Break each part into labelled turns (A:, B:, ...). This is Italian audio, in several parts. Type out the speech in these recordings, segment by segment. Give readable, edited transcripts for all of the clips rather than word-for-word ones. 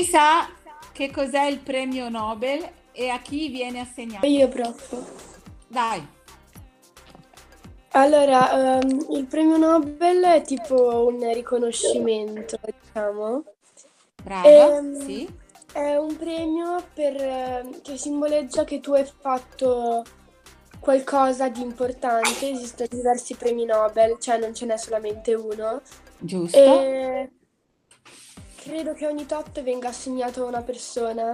A: sa che cos'è il premio Nobel e a chi viene assegnato?
B: Io, prof.
A: Dai.
B: Allora, il premio Nobel è tipo un riconoscimento, diciamo.
A: Brava, sì.
B: È un premio che simboleggia che tu hai fatto qualcosa di importante. Esistono diversi premi Nobel, cioè non ce n'è solamente uno.
A: Giusto.
B: E credo che ogni tot venga assegnato a una persona.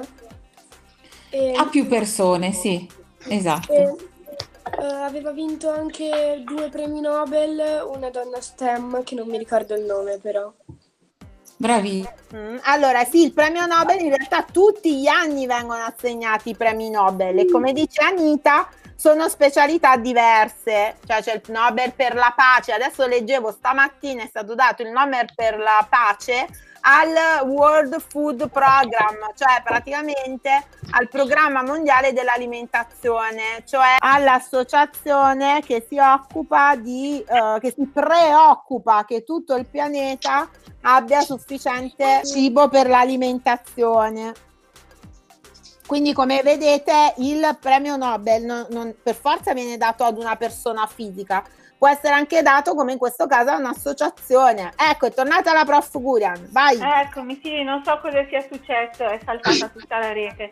A: A più persone, sì, esatto.
B: Aveva vinto anche 2 premi Nobel, una donna STEM, che non mi ricordo il nome però.
A: Bravi.
C: Allora, sì, il premio Nobel in realtà tutti gli anni vengono assegnati i premi Nobel e come dice Anita sono specialità diverse, cioè c'è il Nobel per la pace, adesso leggevo stamattina è stato dato il Nobel per la pace al World Food Program, cioè praticamente al programma mondiale dell'alimentazione, cioè all'associazione che si occupa che si preoccupa che tutto il pianeta abbia sufficiente cibo per l'alimentazione. Quindi come vedete il premio Nobel non per forza viene dato ad una persona fisica, può essere anche dato come in questo caso a un'associazione. Ecco, è tornata la prof Gurian, vai.
D: Eccomi, sì, non so cosa sia successo, è saltata tutta la rete.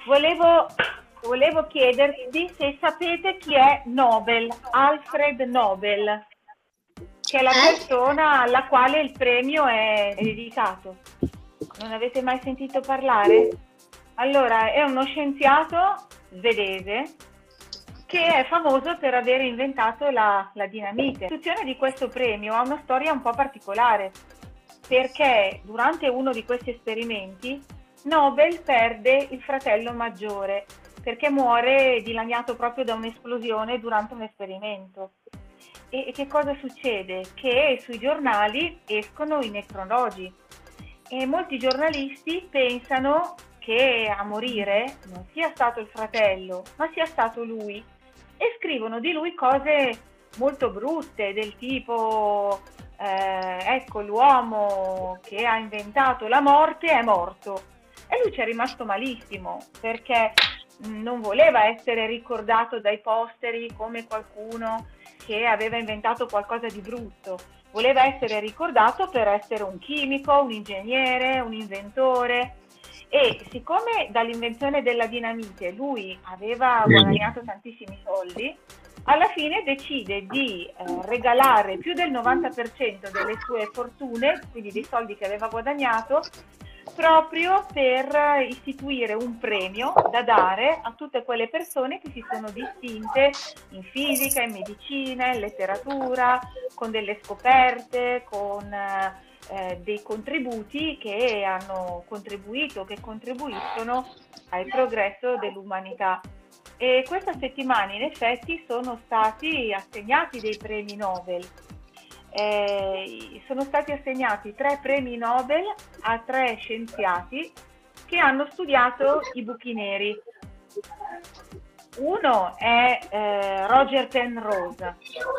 D: Volevo chiederti se sapete chi è Nobel, Alfred Nobel, che è la persona alla quale il premio è dedicato. Non avete mai sentito parlare? Allora, è uno scienziato svedese che è famoso per aver inventato la dinamite. L'istituzione di questo premio ha una storia un po' particolare, perché durante uno di questi esperimenti Nobel perde il fratello maggiore, perché muore dilaniato proprio da un'esplosione durante un esperimento. E che cosa succede? Che sui giornali escono i necrologi e molti giornalisti pensano che a morire non sia stato il fratello, ma sia stato lui, e scrivono di lui cose molto brutte, del tipo ecco, l'uomo che ha inventato la morte è morto. E lui ci è rimasto malissimo, perché non voleva essere ricordato dai posteri come qualcuno che aveva inventato qualcosa di brutto, voleva essere ricordato per essere un chimico, un ingegnere, un inventore. E siccome dall'invenzione della dinamite lui aveva guadagnato tantissimi soldi, alla fine decide di regalare più del 90% delle sue fortune, quindi dei soldi che aveva guadagnato, proprio per istituire un premio da dare a tutte quelle persone che si sono distinte in fisica, in medicina, in letteratura, con delle scoperte, con dei contributi che hanno contribuito, che contribuiscono al progresso dell'umanità. E questa settimana in effetti sono stati assegnati dei premi Nobel. Sono stati assegnati 3 premi Nobel a 3 scienziati che hanno studiato i buchi neri. Uno è Roger Penrose,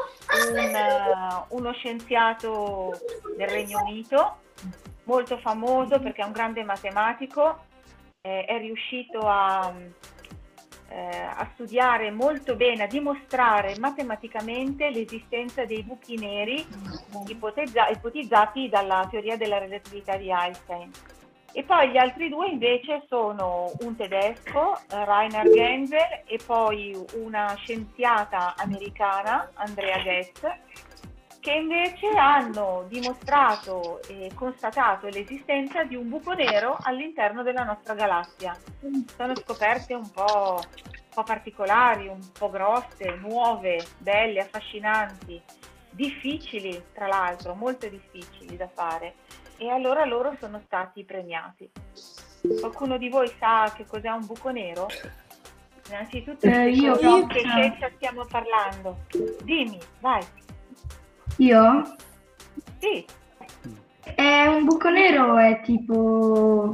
D: uno scienziato del Regno Unito, molto famoso perché è un grande matematico, è riuscito a studiare molto bene, a dimostrare matematicamente l'esistenza dei buchi neri ipotizzati dalla teoria della relatività di Einstein. E poi gli altri 2 invece sono un tedesco, Rainer Genzel, e poi una scienziata americana, Andrea Ghez, che invece hanno dimostrato e constatato l'esistenza di un buco nero all'interno della nostra galassia. Sono scoperte un po' particolari, un po' grosse, nuove, belle, affascinanti, difficili tra l'altro, molto difficili da fare. E allora loro sono stati premiati. Qualcuno di voi sa che cos'è un buco nero? Innanzitutto
E: io
D: che scienza stiamo parlando? Dimmi, vai.
E: Io?
D: Sì.
E: Un buco nero è tipo...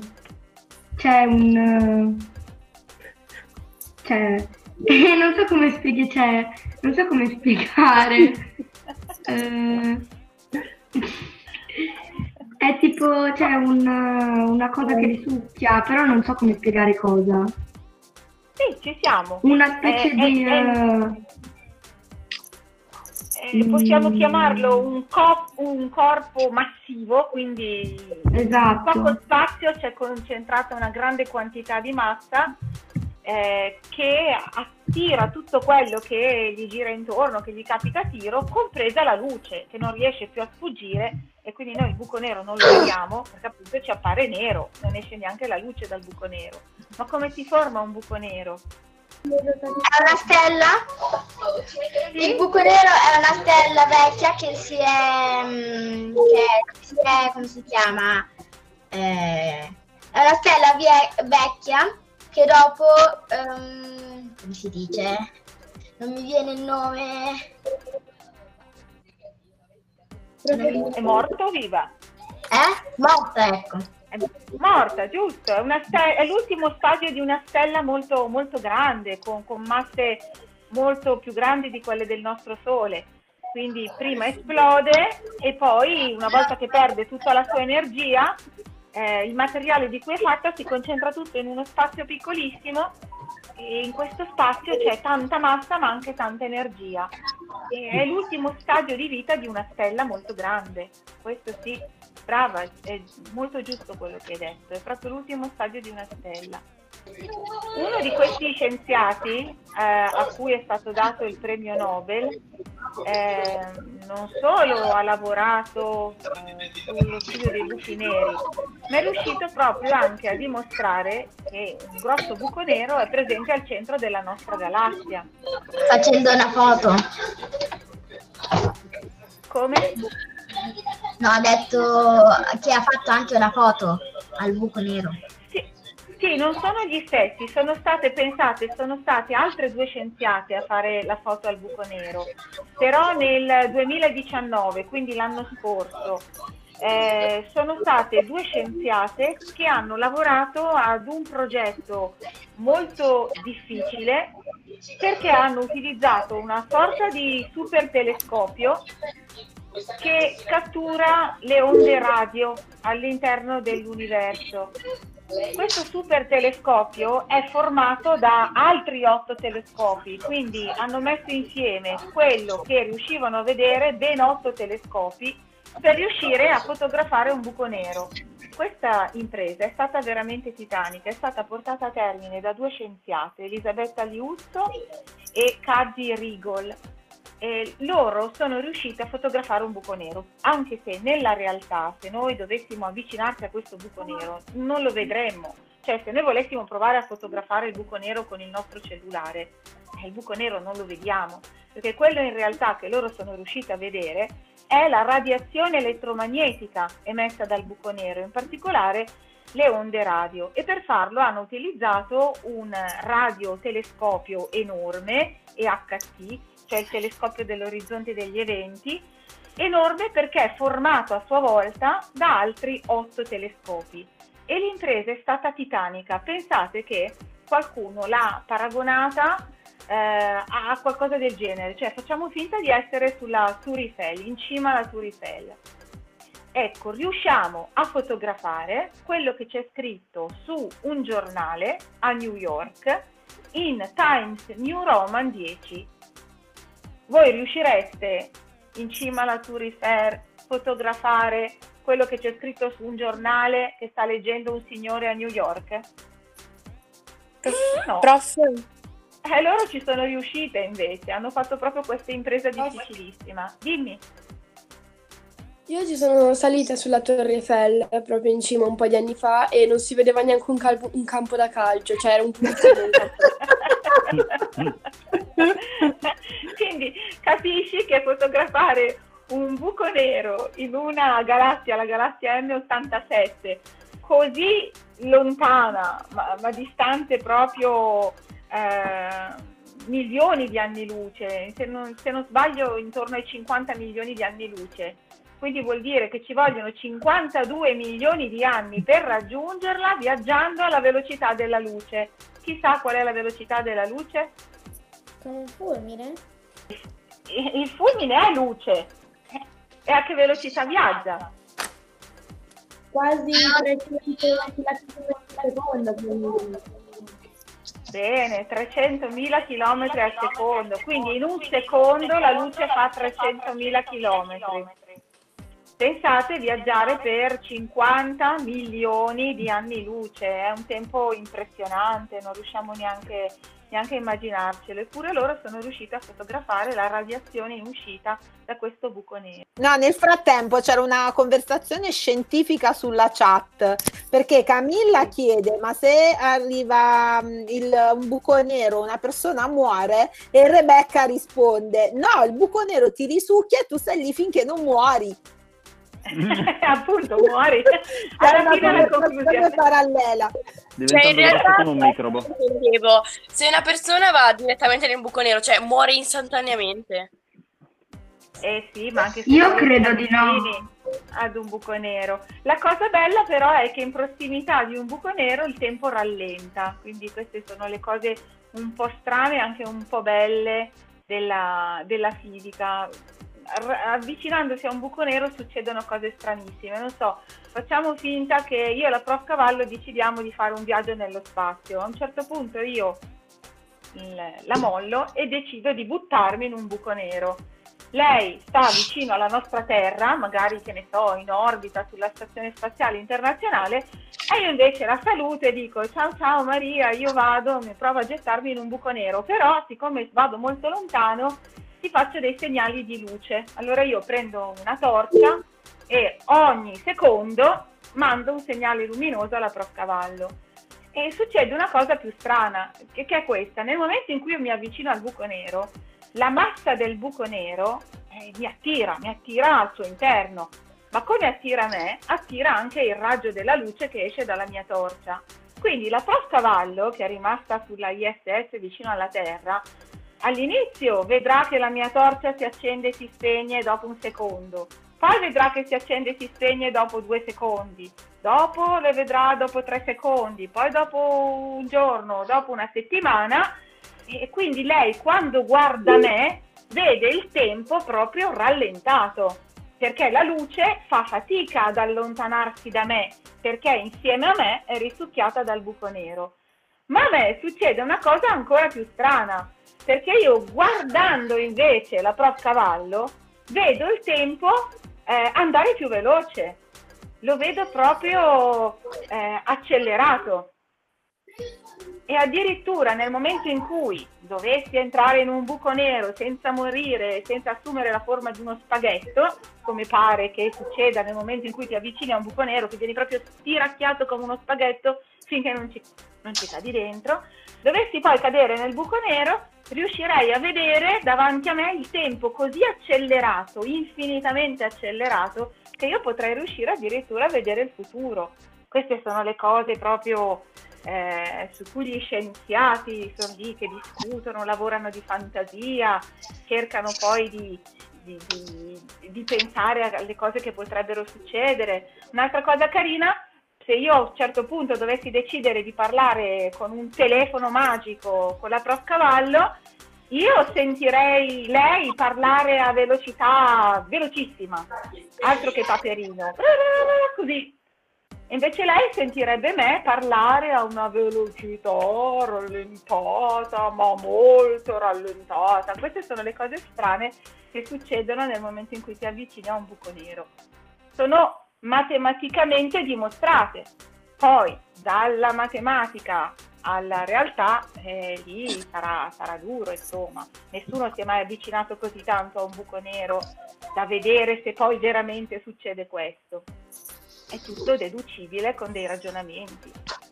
E: non so come non so come spiegare. È tipo, c'è una cosa che risucchia, però non so come spiegare cosa.
D: Sì, ci siamo.
E: Una specie di...
D: possiamo chiamarlo un corpo massivo, quindi
E: Esatto.
D: in poco spazio c'è concentrata una grande quantità di massa che attira tutto quello che gli gira intorno, che gli capita a tiro, compresa la luce, che non riesce più a sfuggire, e quindi noi il buco nero non lo vediamo perché appunto ci appare nero, non esce neanche la luce dal buco nero. Ma come si forma un buco nero?
F: È una stella? Il buco nero è una stella vecchia che come si chiama? È una stella vecchia che dopo, come si dice? Non mi viene il nome.
D: È morta o viva?
F: Morta, ecco.
D: È morta, giusto, è l'ultimo stadio di una stella molto, molto grande, con masse molto più grandi di quelle del nostro Sole. Quindi prima esplode e poi, una volta che perde tutta la sua energia, il materiale di cui è fatta si concentra tutto in uno spazio piccolissimo, e in questo spazio c'è tanta massa ma anche tanta energia. E è l'ultimo stadio di vita di una stella molto grande. Questo sì, brava, è molto giusto quello che hai detto, è proprio l'ultimo stadio di una stella. Uno di questi scienziati a cui è stato dato il premio Nobel non solo ha lavorato sullo studio dei buchi neri, ma è riuscito proprio anche a dimostrare che un grosso buco nero è presente al centro della nostra galassia.
F: Facendo una foto.
D: Come?
F: No, ha detto che ha fatto anche una foto al buco nero.
D: Sì, non sono gli stessi, sono state altre due scienziate a fare la foto al buco nero, però nel 2019, quindi l'anno scorso, sono state due scienziate che hanno lavorato ad un progetto molto difficile, perché hanno utilizzato una sorta di super telescopio che cattura le onde radio all'interno dell'universo. Questo super telescopio è formato da altri 8 telescopi, quindi hanno messo insieme quello che riuscivano a vedere ben 8 telescopi per riuscire a fotografare un buco nero. Questa impresa è stata veramente titanica, è stata portata a termine da due scienziate, Elisabetta Liuzzo e Kazi Rigol. Loro sono riusciti a fotografare un buco nero, anche se nella realtà, se noi dovessimo avvicinarci a questo buco nero, non lo vedremmo. Cioè, se noi volessimo provare a fotografare il buco nero con il nostro cellulare, il buco nero non lo vediamo, perché quello in realtà che loro sono riusciti a vedere è la radiazione elettromagnetica emessa dal buco nero, in particolare le onde radio, e per farlo hanno utilizzato un radiotelescopio enorme, EHT, cioè il telescopio dell'orizzonte degli eventi, enorme perché è formato a sua volta da altri 8 telescopi. E l'impresa è stata titanica. Pensate che qualcuno l'ha paragonata a qualcosa del genere, cioè facciamo finta di essere sulla Tour Eiffel, in cima alla Tour Eiffel. Ecco, riusciamo a fotografare quello che c'è scritto su un giornale a New York in Times New Roman 10. Voi riuscireste in cima alla Tour Eiffel fotografare quello che c'è scritto su un giornale che sta leggendo un signore a New York? No.
B: Prof.
D: Loro ci sono riuscite invece, hanno fatto proprio questa impresa difficilissima. Dimmi.
B: Io ci sono salita sulla Torre Eiffel proprio in cima un po' di anni fa e non si vedeva neanche un campo da calcio, cioè era un punto di un campo.
D: Quindi capisci che fotografare un buco nero in una galassia, la galassia M87, così lontana, ma distante proprio milioni di anni luce, se non sbaglio intorno ai 50 milioni di anni luce, quindi vuol dire che ci vogliono 52 milioni di anni per raggiungerla viaggiando alla velocità della luce. Chissà qual è la velocità della luce?
F: Con un fulmine?
D: Il fulmine è luce. E a che velocità viaggia?
B: quasi 300 km al secondo. Quindi.
D: Bene, 300.000 km al secondo, quindi in un secondo la luce fa 300.000 km. Pensate viaggiare per 50 milioni di anni luce, è un tempo impressionante, non riusciamo neanche a immaginarcelo, eppure loro sono riusciti a fotografare la radiazione in uscita da questo buco nero.
C: No, nel frattempo c'era una conversazione scientifica sulla chat, perché Camilla chiede: ma se arriva un buco nero, una persona muore? E Rebecca risponde: no, il buco nero ti risucchia e tu stai lì finché non muori.
D: Appunto, muori. Alla fine la conclusione
C: parallela.
G: Diventa
H: in realtà
G: come un microbo.
H: intendevo, se una persona va direttamente nel buco nero, cioè muore istantaneamente.
D: Sì, ma anche se
E: Io credo di no.
D: ad un buco nero. La cosa bella però è che in prossimità di un buco nero il tempo rallenta, quindi queste sono le cose un po' strane, anche un po' belle della fisica. Avvicinandosi a un buco nero succedono cose stranissime, non so, facciamo finta che io e la prof Cavallo decidiamo di fare un viaggio nello spazio, a un certo punto io la mollo e decido di buttarmi in un buco nero. Lei sta vicino alla nostra Terra, magari, che ne so, in orbita sulla Stazione Spaziale Internazionale, e io invece la saluto e dico: ciao Maria, io vado, mi provo a gettarmi in un buco nero, però siccome vado molto lontano ti faccio dei segnali di luce. Allora io prendo una torcia e ogni secondo mando un segnale luminoso alla prof Cavallo. E succede una cosa più strana, che è questa: nel momento in cui io mi avvicino al buco nero, la massa del buco nero mi attira al suo interno, ma come attira me, attira anche il raggio della luce che esce dalla mia torcia. Quindi la prof Cavallo, che è rimasta sulla ISS vicino alla Terra, all'inizio vedrà che la mia torcia si accende e si spegne dopo un secondo, poi vedrà che si accende e si spegne dopo 2 secondi, dopo le vedrà dopo 3 secondi, poi dopo un giorno, dopo una settimana, e quindi lei quando guarda me vede il tempo proprio rallentato, perché la luce fa fatica ad allontanarsi da me, perché insieme a me è risucchiata dal buco nero. Ma a me succede una cosa ancora più strana, perché io guardando invece la prof Cavallo vedo il tempo andare più veloce, lo vedo proprio accelerato. E addirittura nel momento in cui dovessi entrare in un buco nero senza morire, senza assumere la forma di uno spaghetto, come pare che succeda nel momento in cui ti avvicini a un buco nero, che vieni proprio stiracchiato come uno spaghetto finché non ci cadi dentro, dovessi poi cadere nel buco nero, riuscirei a vedere davanti a me il tempo così accelerato, infinitamente accelerato, che io potrei riuscire addirittura a vedere il futuro. Queste sono le cose proprio su cui gli scienziati sono lì che discutono, lavorano di fantasia, cercano poi di pensare alle cose che potrebbero succedere. Un'altra cosa carina: se io a un certo punto dovessi decidere di parlare con un telefono magico con la prof Cavallo, io sentirei lei parlare a velocità velocissima, altro che Paperino, così. Invece lei sentirebbe me parlare a una velocità rallentata, ma molto rallentata. Queste sono le cose strane che succedono nel momento in cui ti avvicini a un buco nero. Sono matematicamente dimostrate. Poi dalla matematica alla realtà lì sarà duro, insomma. Nessuno si è mai avvicinato così tanto a un buco nero da vedere se poi veramente succede questo. È tutto deducibile con dei ragionamenti.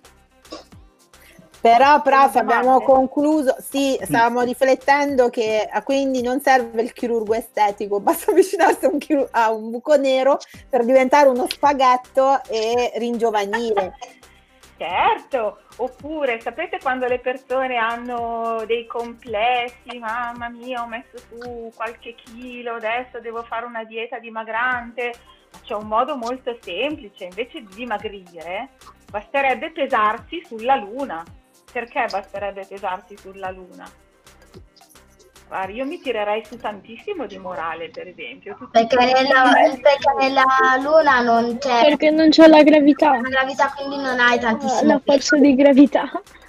C: Però prof, abbiamo concluso, sì, stavamo riflettendo che quindi non serve il chirurgo estetico, basta avvicinarsi a un buco nero per diventare uno spaghetto e ringiovanire.
D: Certo, oppure sapete quando le persone hanno dei complessi, mamma mia ho messo su qualche chilo, adesso devo fare una dieta dimagrante. C'è un modo molto semplice: invece di dimagrire basterebbe pesarsi sulla Luna. Perché basterebbe pesarsi sulla Luna? Guarda, io mi tirerei su tantissimo di morale, per esempio.
F: Perché nella Luna non c'è
G: Perché non c'è la gravità,
F: la gravità, quindi non hai tantissimo
G: la forza di gravità.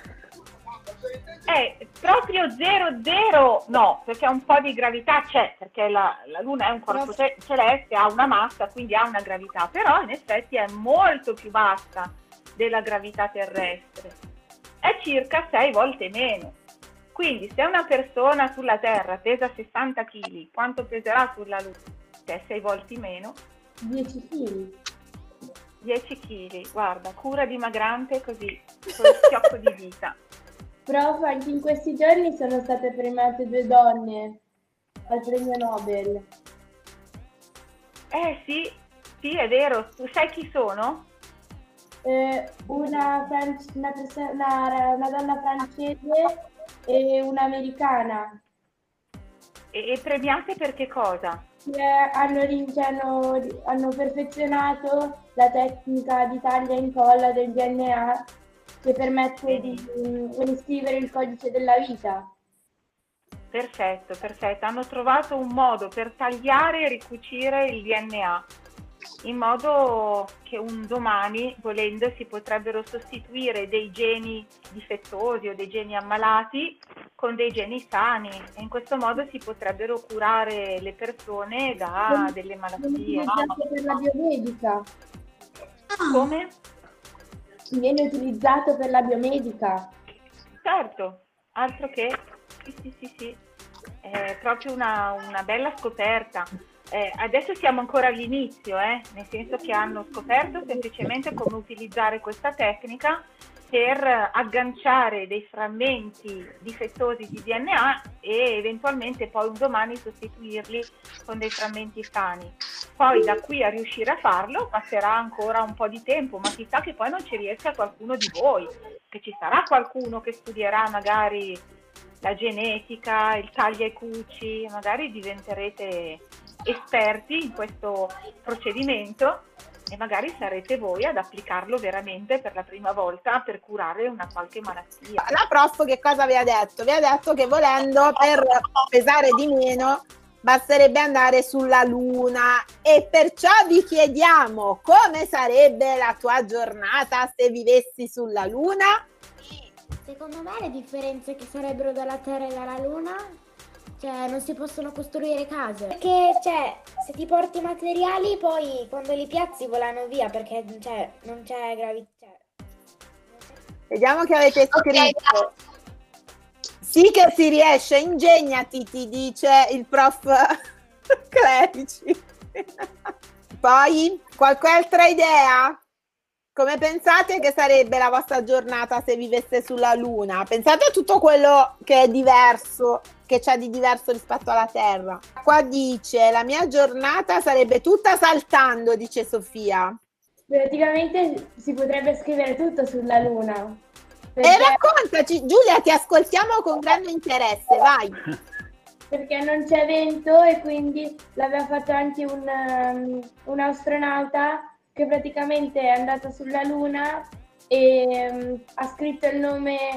D: Proprio 0 no, perché un po' di gravità c'è, perché la Luna è un corpo celeste, ha una massa, quindi ha una gravità, però in effetti è molto più bassa della gravità terrestre, è circa 6 volte meno. Quindi se una persona sulla Terra pesa 60 kg, quanto peserà sulla Luna? Che è 6 volte meno?
I: 10 kg.
D: 10 kg, guarda, cura dimagrante così, con lo schiocco di dita.
I: Prof, anche in questi giorni sono state premiate 2 donne al premio Nobel.
D: Sì, è vero. Tu sai chi sono?
I: Una donna francese e un'americana.
D: E premiate per che cosa?
I: Hanno perfezionato la tecnica di taglia e incolla del DNA che permette di riscrivere il codice della vita.
D: Perfetto. Hanno trovato un modo per tagliare e ricucire il DNA, in modo che un domani, volendo, si potrebbero sostituire dei geni difettosi o dei geni ammalati con dei geni sani, e in questo modo si potrebbero curare le persone da delle malattie.
I: Utilizzato per la biomedica.
D: Come?
I: Viene utilizzato per la biomedica.
D: Certo, altro che, sì, è proprio una bella scoperta. Adesso siamo ancora all'inizio, nel senso che hanno scoperto semplicemente come utilizzare questa tecnica per agganciare dei frammenti difettosi di DNA e eventualmente poi un domani sostituirli con dei frammenti sani. Poi da qui a riuscire a farlo passerà ancora un po' di tempo, ma chissà che poi non ci riesca qualcuno di voi, che ci sarà qualcuno che studierà magari la genetica, il taglia e cuci, magari diventerete esperti in questo procedimento e magari sarete voi ad applicarlo veramente per la prima volta per curare una qualche malattia.
C: La prof che cosa vi ha detto? Vi ha detto che volendo, per pesare di meno, basterebbe andare sulla Luna, e perciò vi chiediamo: come sarebbe la tua giornata se vivessi sulla Luna?
J: Secondo me le differenze che sarebbero dalla Terra e dalla Luna, cioè non si possono costruire case, perché se ti porti i materiali poi quando li piazzi volano via, perché non c'è gravità.
C: Vediamo che avete scritto. Sì che si riesce, ingegnati, ti dice il prof Clerici. Poi, qualche altra idea? Come pensate che sarebbe la vostra giornata se viveste sulla Luna? Pensate a tutto quello che è diverso, che c'è di diverso rispetto alla Terra. Qua dice: la mia giornata sarebbe tutta saltando, dice Sofia.
I: Praticamente si potrebbe scrivere tutto sulla Luna.
C: E raccontaci, Giulia, ti ascoltiamo con grande interesse, vai.
I: Perché non c'è vento e quindi l'aveva fatto anche un astronauta che praticamente è andato sulla Luna e ha scritto il nome,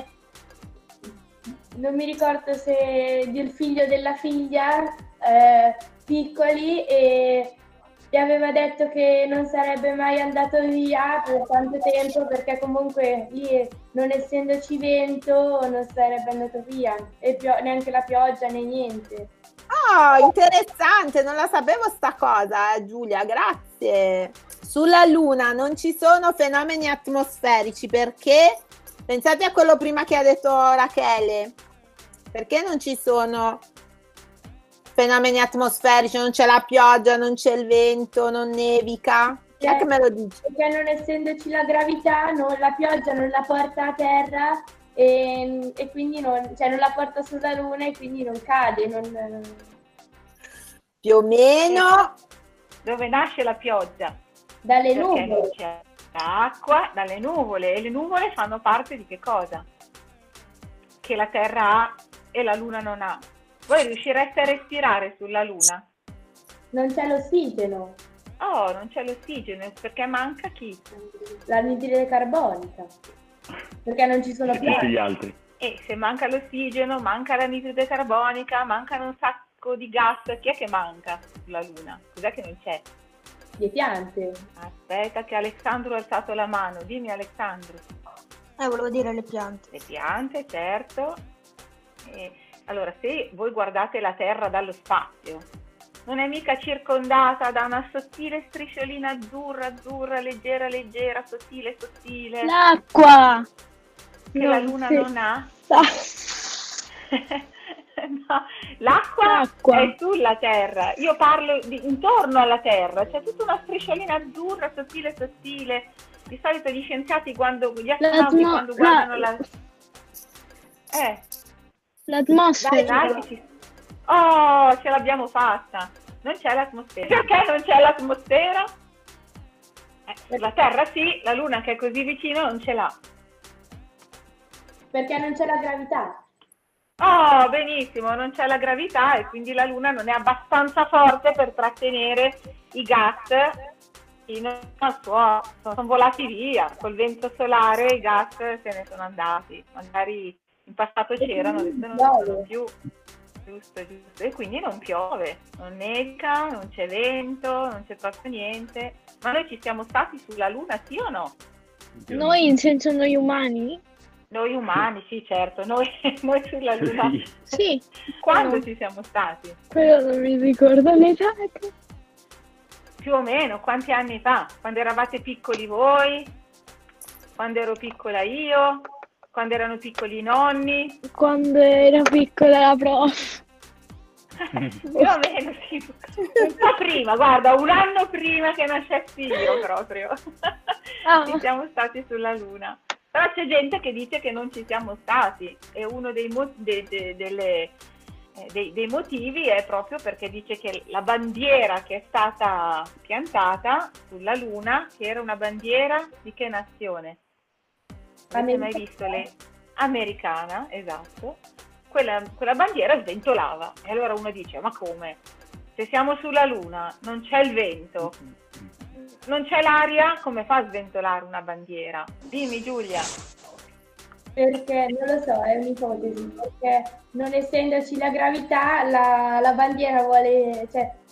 I: non mi ricordo se del figlio o della figlia, piccoli, e gli aveva detto che non sarebbe mai andato via per tanto tempo, perché comunque lì, non essendoci vento, non sarebbe andato via, e neanche la pioggia né niente.
C: Oh, interessante, non la sapevo sta cosa, Giulia, grazie. Sulla Luna non ci sono fenomeni atmosferici, perché? Pensate a quello prima che ha detto Rachele. Perché non ci sono fenomeni atmosferici? Non c'è la pioggia, non c'è il vento, non nevica? Chi è che me lo dice?
I: Perché non essendoci la gravità, la pioggia non la porta a terra e quindi non la porta sulla Luna e quindi non cade.
C: Più o meno.
D: Dove nasce la pioggia?
I: Dalle
D: Perché
I: nuvole.
D: non c'è acqua, dalle nuvole, e le nuvole fanno parte di che cosa? Che la Terra ha e la Luna non ha. Voi riuscireste a respirare sulla Luna?
I: Non c'è l'ossigeno.
D: Oh, non c'è l'ossigeno, perché manca chi?
I: L'anidride carbonica. Perché non ci sono
K: tutti gli altri.
D: E se manca l'ossigeno, manca l'anidride carbonica, mancano un sacco di gas. Chi è che manca sulla Luna? Cos'è che non c'è?
I: Le piante.
D: Aspetta che Alessandro ha alzato la mano. Dimmi, Alessandro.
F: Volevo dire le piante.
D: Le piante, certo. Allora, se voi guardate la Terra dallo spazio, non è mica circondata da una sottile strisciolina azzurra, leggera, sottile.
G: L'acqua!
D: Che la Luna non ha? No, l'acqua è sulla Terra. Io parlo intorno alla Terra. C'è tutta una strisciolina azzurra, sottile. Di solito gli scienziati, gli astronauti, quando guardano
G: l'atmosfera.
D: Oh, ce l'abbiamo fatta. Non c'è l'atmosfera. Perché non c'è l'atmosfera? La Terra sì, la Luna che è così vicino non ce l'ha.
I: Perché non c'è la gravità.
D: Oh, benissimo, non c'è la gravità e quindi la Luna non è abbastanza forte per trattenere i gas fino al suolo. Sono volati via, col vento solare i gas se ne sono andati. Magari in passato c'erano, adesso non ci sono più. Giusto. E quindi non piove, non nevica, non c'è vento, non c'è proprio niente. Ma noi ci siamo stati sulla Luna, sì o no?
G: Noi in senso noi umani?
D: Noi umani, sì, certo, noi sulla Luna.
G: Sì.
D: Quando ci siamo stati?
G: Però non mi ricordo le date.
D: Più o meno, quanti anni fa? Quando eravate piccoli voi? Quando ero piccola io? Quando erano piccoli i nonni?
G: Quando era piccola la prof.
D: Più o meno, sì. Un po' prima, guarda, un anno prima che nascessi io proprio. Ci siamo stati sulla Luna. Però c'è gente che dice che non ci siamo stati e uno dei motivi è proprio perché dice che la bandiera che è stata piantata sulla Luna, che era una bandiera di che nazione? Avete mai visto americana, esatto. Quella bandiera sventolava e allora uno dice: ma come? Se siamo sulla Luna non c'è il vento, non c'è l'aria, come fa a sventolare una bandiera? Dimmi, Giulia.
I: Perché non lo so, è un'ipotesi, perché non essendoci la gravità la bandiera vuole,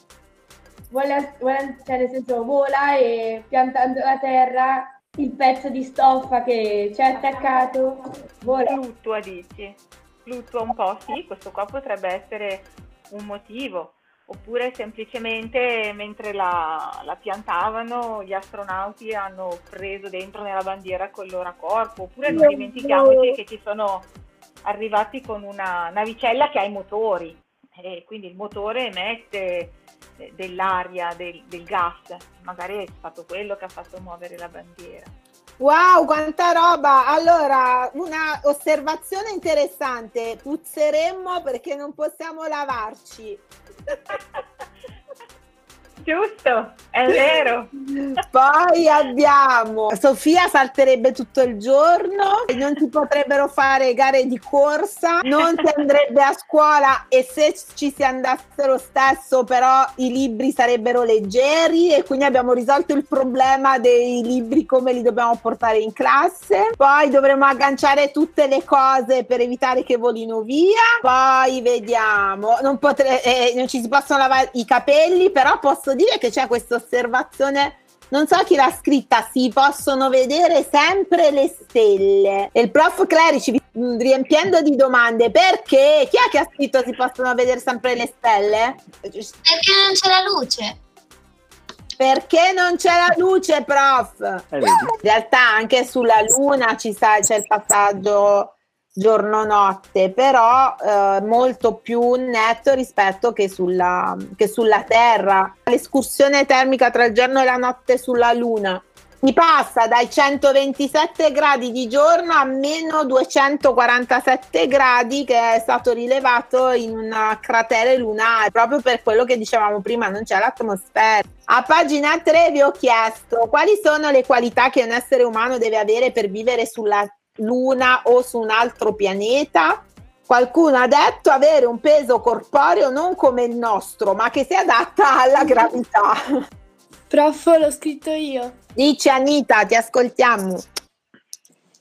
I: nel senso vola e piantando la terra il pezzo di stoffa che ci è attaccato vola.
D: Fluttua, dici? Fluttua un po', sì, questo qua potrebbe essere un motivo. Oppure semplicemente mentre la piantavano gli astronauti hanno preso dentro nella bandiera col loro corpo. Oppure non dimentichiamoci che ci sono arrivati con una navicella che ha i motori e quindi il motore emette dell'aria, del gas. Magari è stato quello che ha fatto muovere la bandiera.
C: Wow, quanta roba! Allora, una osservazione interessante: puzzeremmo perché non possiamo lavarci.
D: Giusto, è vero.
C: Poi abbiamo Sofia salterebbe tutto il giorno, non si potrebbero fare gare di corsa, non si andrebbe a scuola e se ci si andasse lo stesso però i libri sarebbero leggeri e quindi abbiamo risolto il problema dei libri, come li dobbiamo portare in classe. Poi dovremo agganciare tutte le cose per evitare che volino via. Poi vediamo, non ci si possono lavare i capelli, però posso dire che c'è questa osservazione, non so chi l'ha scritta: si possono vedere sempre le stelle. E il prof Clerici, riempiendo di domande, perché? Chi è che ha scritto si possono vedere sempre le stelle?
F: Perché non c'è la luce.
C: Perché non c'è la luce, prof? In realtà anche sulla Luna c'è il passaggio giorno-notte, però molto più netto rispetto che sulla Terra. L'escursione termica tra il giorno e la notte sulla Luna si passa dai 127 gradi di giorno a meno 247 gradi, che è stato rilevato in un cratere lunare, proprio per quello che dicevamo prima, non c'è l'atmosfera. A pagina 3 vi ho chiesto quali sono le qualità che un essere umano deve avere per vivere sulla Luna o su un altro pianeta. Qualcuno ha detto avere un peso corporeo non come il nostro, ma che si adatta alla gravità.
B: Prof, l'ho scritto io.
C: Dici Anita, ti ascoltiamo.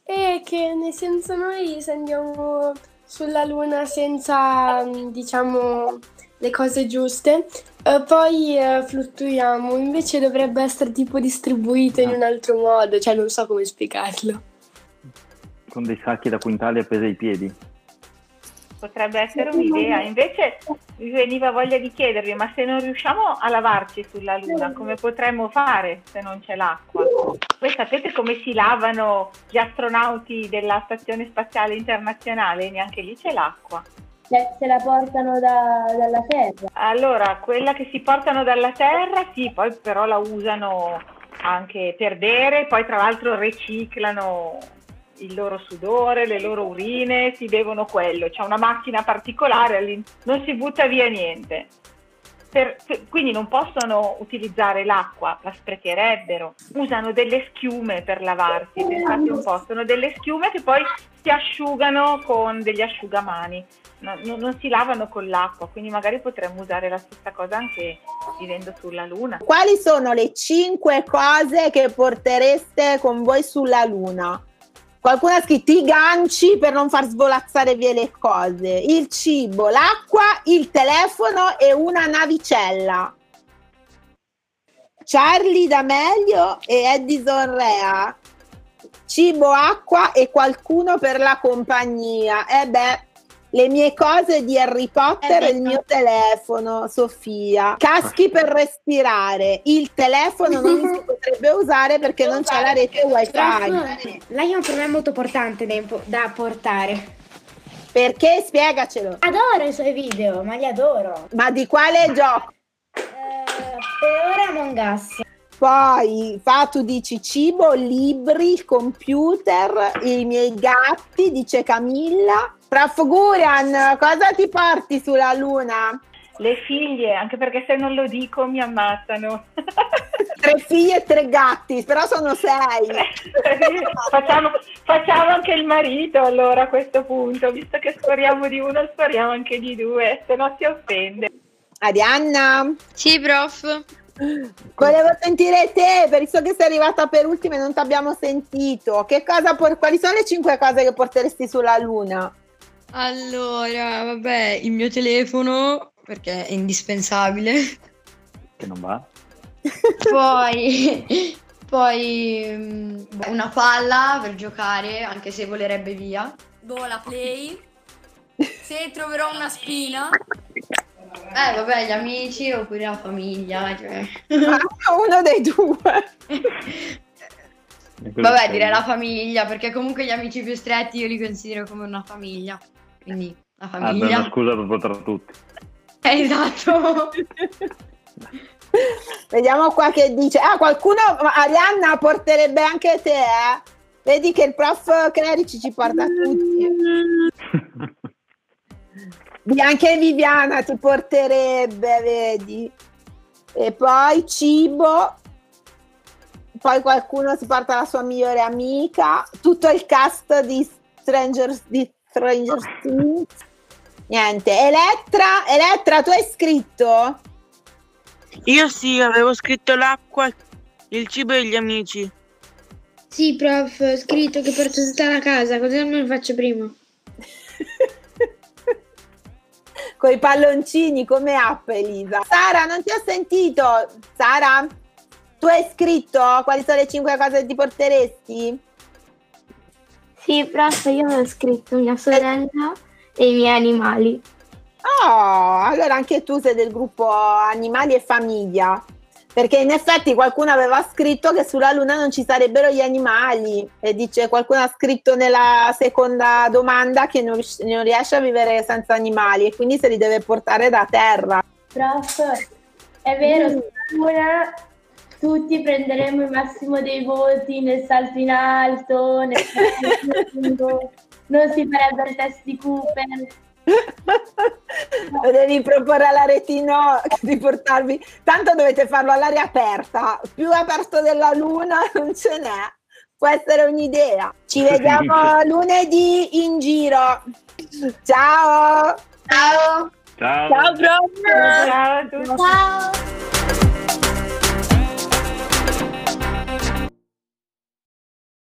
B: E che nel senso noi se andiamo sulla Luna senza, diciamo, le cose giuste, poi fluttuiamo, invece dovrebbe essere tipo distribuito in un altro modo, cioè non so come spiegarlo.
K: Con dei sacchi da quintali appesi ai piedi.
D: Potrebbe essere un'idea. Invece mi veniva voglia di chiedervi, ma se non riusciamo a lavarci sulla Luna, come potremmo fare se non c'è l'acqua? Voi sapete come si lavano gli astronauti della Stazione Spaziale Internazionale? Neanche lì c'è l'acqua.
I: Se la portano dalla Terra.
D: Allora, quella che si portano dalla Terra, sì, poi però la usano anche per bere, poi tra l'altro riciclano il loro sudore, le loro urine, si bevono quello, c'è una macchina particolare, non si butta via niente. Quindi non possono utilizzare l'acqua, la sprecherebbero, usano delle schiume per lavarsi, pensate un po', sono delle schiume che poi si asciugano con degli asciugamani, non si lavano con l'acqua, quindi magari potremmo usare la stessa cosa anche vivendo sulla Luna.
C: Quali sono le 5 cose che portereste con voi sulla Luna? Qualcuno ha scritto i ganci per non far svolazzare via le cose, il cibo, l'acqua, il telefono e una navicella. Charlie D'Amelio e Edison Rea. Cibo, acqua e qualcuno per la compagnia. Le mie cose di Harry Potter e il mio telefono, Sofia. Caschi per respirare. Il telefono non si potrebbe usare perché non c'è la rete wifi.
J: Lei è un problema molto importante da portare.
C: Perché? Spiegacelo.
J: Adoro i suoi video, ma li adoro.
C: Ma di quale gioco?
J: Per ora Among Us.
C: Poi tu dici cibo, libri, computer, i miei gatti, dice Camilla. Prof. Gurian, cosa ti porti sulla Luna?
D: Le figlie, anche perché se non lo dico mi ammazzano.
C: 3 figlie e 3 gatti, però sono 6.
D: Facciamo anche il marito allora a questo punto, visto che spariamo di uno, spariamo anche di 2, se no si offende.
C: Arianna?
L: Sì, prof.
C: Volevo sentire te, visto che sei arrivata per ultima e non ti abbiamo sentito. Quali sono le 5 cose che porteresti sulla Luna?
L: Allora, vabbè, il mio telefono, perché è indispensabile.
K: Che non va?
L: Poi una palla per giocare, anche se volerebbe via.
M: La Play. Se troverò una spina.
L: Vabbè, gli amici oppure la famiglia, cioè.
C: Uno dei 2.
L: Vabbè, direi la famiglia, perché comunque gli amici più stretti io li considero come una famiglia. Quindi la famiglia.
K: Una scusa per poter tutti.
L: Esatto.
C: Vediamo qua che dice. Qualcuno, Arianna, porterebbe anche te, Vedi che il prof Clerici ci porta tutti. Anche Viviana ti porterebbe, vedi. E poi cibo. Poi qualcuno si porta la sua migliore amica. Tutto il cast di Stranger Things. Niente. Elettra, tu hai scritto?
N: Io sì, avevo scritto l'acqua, il cibo e gli amici.
G: Sì, prof, ho scritto che porto tutta la casa, così non me lo faccio prima.
C: Coi palloncini come app, Elisa. Sara, non ti ho sentito. Sara, tu hai scritto quali sono le 5 cose che ti porteresti?
G: Sì, prof, io avevo scritto mia sorella e i miei animali.
C: Allora anche tu sei del gruppo animali e famiglia, perché in effetti qualcuno aveva scritto che sulla Luna non ci sarebbero gli animali e qualcuno ha scritto nella seconda domanda che non riesce a vivere senza animali e quindi se li deve portare da terra.
I: Prof, è vero, sulla Luna tutti prenderemo il massimo dei voti nel salto in alto, nel salto lungo, non si farebbero i test di Cooper.
C: Lo devi proporre alla Retino di portarvi, tanto dovete farlo all'aria aperta, più aperto della Luna non ce n'è, può essere un'idea. Ci vediamo lunedì in giro. Ciao
K: ciao
C: prof.
D: Ciao a tutti.
J: Ciao.